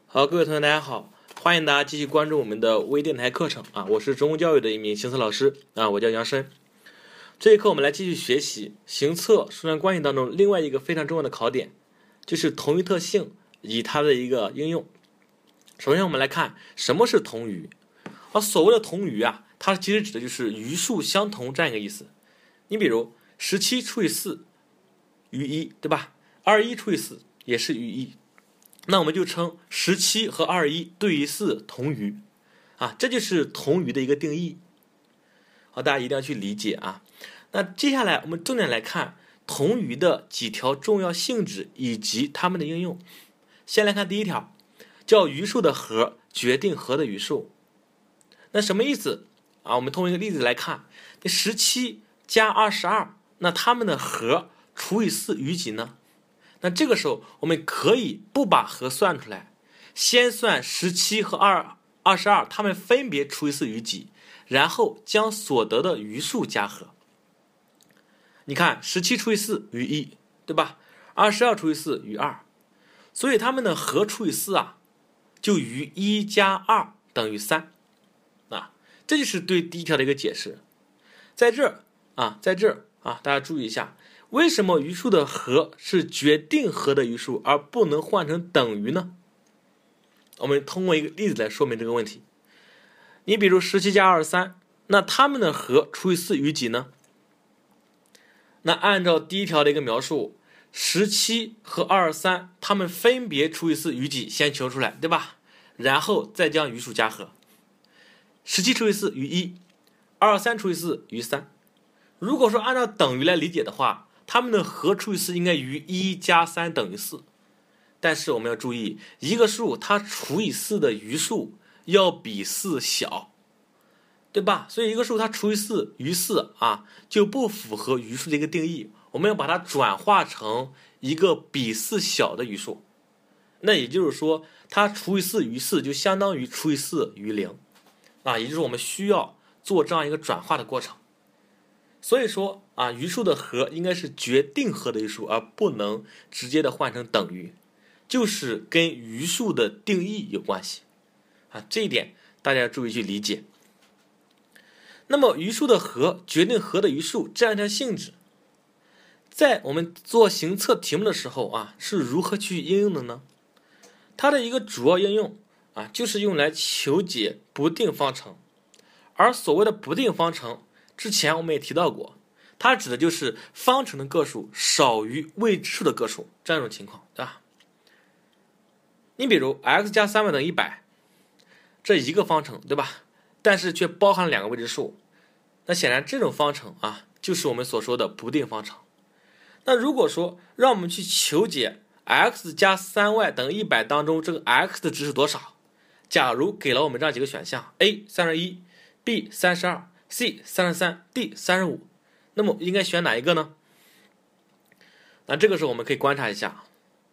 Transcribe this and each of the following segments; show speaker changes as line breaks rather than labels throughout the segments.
好，各位同学大家好，欢迎大家继续关注我们的微电台课程啊，我是中公教育的一名行测老师啊，我叫杨申。这一课我们来继续学习行测数量关系当中另外一个非常重要的考点，就是同余特性以及它的一个应用。首先我们来看什么是同余所谓的同余它其实指的就是余数相同这样一个意思。你比如17除以4余1，对吧？21除以4也是余1，那我们就称17和21对于4同余这就是同余的一个定义。好，大家一定要去理解那接下来我们重点来看同余的几条重要性质以及它们的应用。先来看第一条，叫余数的和决定和的余数。那什么意思我们通过一个例子来看，这17加22，那它们的和除以4余几呢？那这个时候我们可以不把和算出来，先算17和22，它们分别除以4余几，然后将所得的余数加和。你看17除以4余1，对吧？22除以4余2，所以它们的和除以4就余1加2等于3。这就是对第一条的一个解释。在这儿大家注意一下，为什么余数的和是决定和的余数，而不能换成等于呢？我们通过一个例子来说明这个问题。你比如17加23，那它们的和除以4余几呢？那按照第一条的一个描述，17和23它们分别除以4余几，先求出来，对吧？然后再将余数加和。17除以4余1，23除以4余3。如果说按照等于来理解的话，它们的和除以4应该余1加3等于4。但是我们要注意，一个数它除以4的余数要比4小，对吧？所以一个数它除以4余4就不符合余数的一个定义，我们要把它转化成一个比4小的余数。那也就是说，它除以4余4就相当于除以4余0也就是我们需要做这样一个转化的过程。所以说余数的和应该是决定和的余数，而不能直接的换成等于，就是跟余数的定义有关系这一点大家要注意去理解。那么余数的和决定和的余数这样一条性质，在我们做行测题目的时候是如何去应用的呢？它的一个主要应用就是用来求解不定方程。而所谓的不定方程，之前我们也提到过，它指的就是方程的个数少于未知数的个数这样一种情况，对吧？你比如 x 加300等于100，这一个方程，对吧？但是却包含了2个未知数，那显然这种方程就是我们所说的不定方程。那如果说让我们去求解 x 加3y等于100当中这个 x 的值是多少，假如给了我们这样几个选项 A 31 B 32 C 33 D 35，那么应该选哪一个呢？那这个时候我们可以观察一下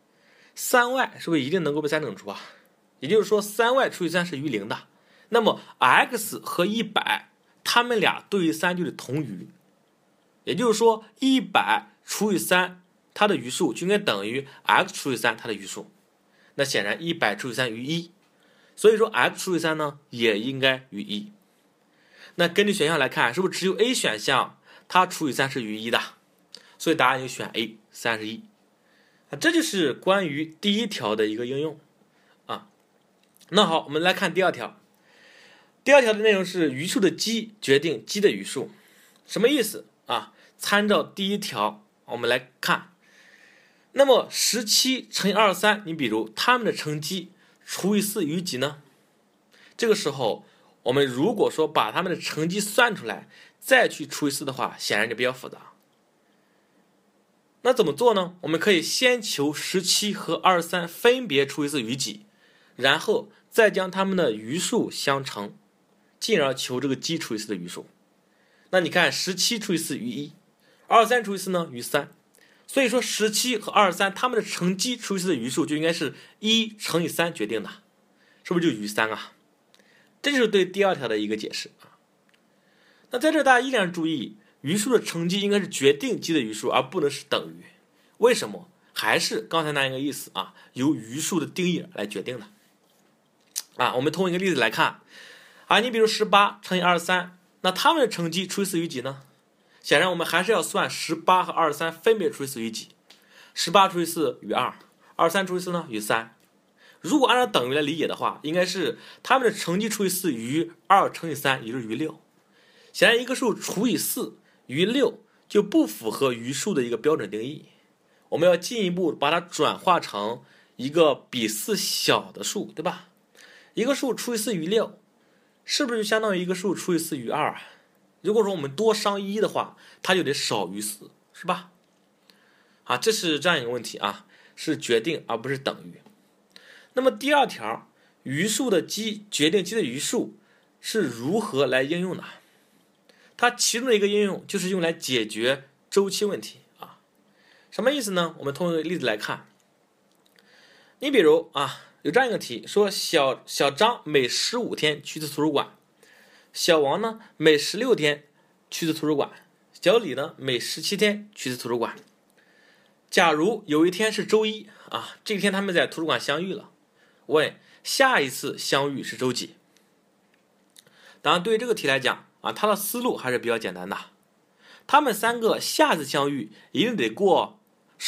3y 是不是一定能够被3整除也就是说 3y 除以3是余0的，那么 x 和100它们俩对于3就是同余，也就是说100除以3它的余数就应该等于 x 除以3它的余数。那显然100除以3余1，所以说 x 除以3呢也应该余1。那根据选项来看，是不是只有 A 选项它除以3是余1的？所以答案就选 A 31。这就是关于第一条的一个应用那好，我们来看第二条。第二条的内容是余数的积决定积的余数。什么意思参照第一条我们来看，那么17乘以23，你比如它们的乘积除以4余几呢？这个时候我们如果说把它们的乘积算出来再去除以4的话，显然就比较复杂。那怎么做呢？我们可以先求17和23分别除以4余几，然后再将它们的余数相乘，进而求这个积除以4的余数。那你看17除以4余1， 23除以4呢余3，所以说17和23它们的乘积除以4的余数就应该是1乘以3决定的，是不是就余3这就是对第二条的一个解释那在这大家依然注意，余数的乘积应该是决定积的余数，而不能是等于。为什么？还是刚才那一个意思由余数的定义来决定的。 我们通过一个例子来看你比如18乘以23，那它们的乘积除以4余几呢？显然我们还是要算18和23分别除以4余几。18除以4余2，23除以4呢余3。如果按照等于来理解的话，应该是它们的乘积除以4余2乘以3，也就是余6。显然一个数除以4余6就不符合余数的一个标准定义，我们要进一步把它转化成一个比4小的数，对吧？一个数除以4余6，是不是就相当于一个数除以4余2？如果说我们多商1的话，它就得少于4，是吧？这是这样一个问题是决定而不是等于。那么第二条，余数的积决定积的余数是如何来应用的？它其中的一个应用就是用来解决周期问题什么意思呢？我们通过一个例子来看。你比如有这样一个题，说小张每15天去一次图书馆，小王呢每16天去一次图书馆，小李呢每17天去一次图书馆。假如有一天是周一这一天他们在图书馆相遇了，问下一次相遇是周几？当然对于这个题来讲它的思路还是比较简单的。他们3个下次相遇一定得过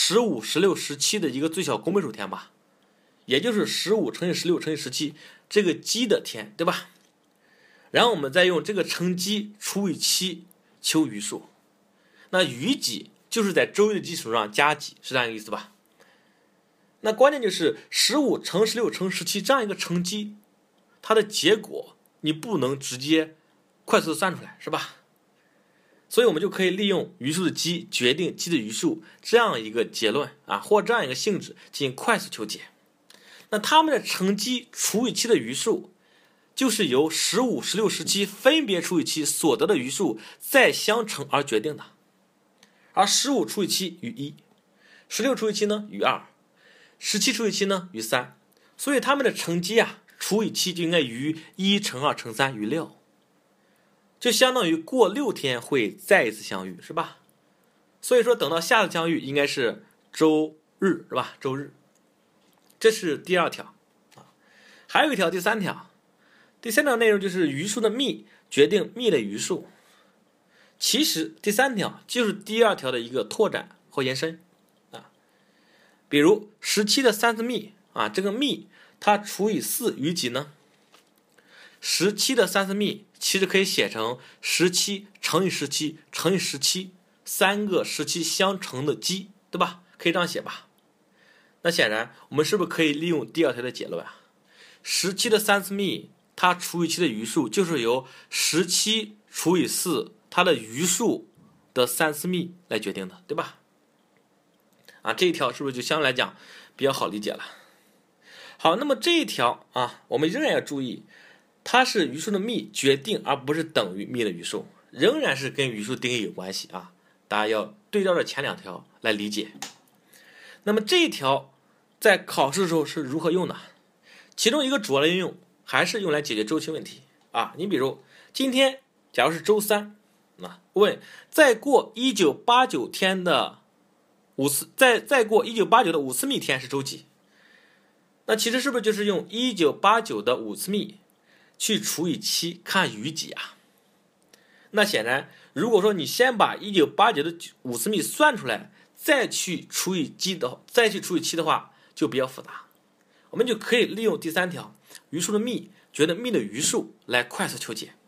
15、16、17的一个最小公倍数天吧，也就是15乘以16乘以17这个积的天，对吧？然后我们再用这个乘积除以7求余数。那余几就是在周一的基础上加几，是这样一个意思吧？那关键就是15乘16乘17这样一个乘积，它的结果你不能直接快速的算出来，是吧？所以我们就可以利用余数的积决定积的余数这样一个结论或这样一个性质进行快速求解。那它们的乘积除以7的余数，就是由15、16、17分别除以7所得的余数再相乘而决定的。而15除以7余1，16除以7呢余2，17除以7呢余3。所以它们的乘积除以7就应该余1乘2乘3余6，就相当于过6天会再一次相遇，是吧？所以说等到下次相遇应该是周日，是吧？周日。这是第二条还有一条，第三条。第三条内容就是余数的幂决定幂的余数。其实第三条就是第二条的一个拓展或延伸比如17的3次幂这个幂它除以4余几呢？17的3次幂其实可以写成17乘以17乘以17，三个17相乘的积，对吧？可以这样写吧？那显然我们是不是可以利用第二条的结论17的3次幂它除以7的余数就是由17除以4它的余数的3次幂来决定的，对吧？这一条是不是就相对来讲比较好理解了？好，那么这一条我们仍然要注意，它是余数的幂决定而不是等于幂的余数，仍然是跟余数定义有关系大家要对照着前两条来理解。那么这一条在考试的时候是如何用的？其中一个主要的应用还是用来解决周期问题你比如今天假如是周3问再过1989天的再过1989的5次幂天是周几？那其实是不是就是用1989的5次幂去除以7看余几那显然如果说你先把1989的5次幂算出来再去除以7的话就比较复杂。我们就可以利用第三条余数的幂决定幂的余数来快速求解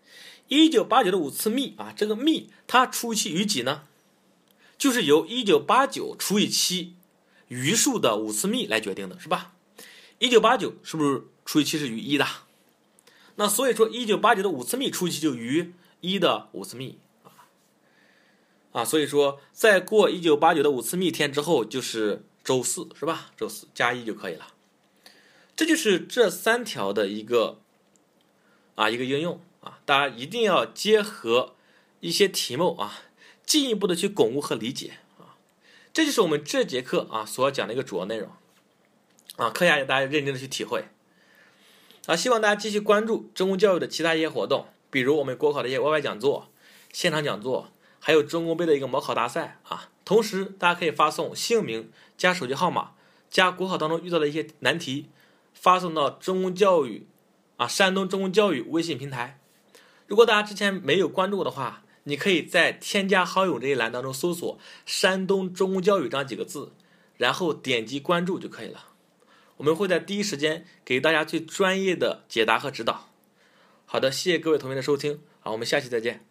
1989的5次幂这个幂它除以7余几呢？就是由1989除以7余数的5次幂来决定的，是吧？1989是不是除以7是余1的？那所以说1989的5次幂除以7就余1的5次幂所以说再过1989的5次幂天之后就是周4，是吧？周4加1就可以了。这就是这3条的一个应用大家一定要结合一些题目进一步的去巩固和理解这就是我们这节课所要讲的一个主要内容课下大家认真的去体会希望大家继续关注中公教育的其他一些活动，比如我们国考的一些 YY 讲座、现场讲座，还有中公杯的一个模考大赛同时大家可以发送姓名加手机号码加国考当中遇到的一些难题发送到中公教育山东中公教育微信平台。如果大家之前没有关注过的话，你可以在添加好友这一栏当中搜索山东中公教育这样几个字，然后点击关注就可以了。我们会在第一时间给大家最专业的解答和指导。好的，谢谢各位同学的收听，我们下期再见。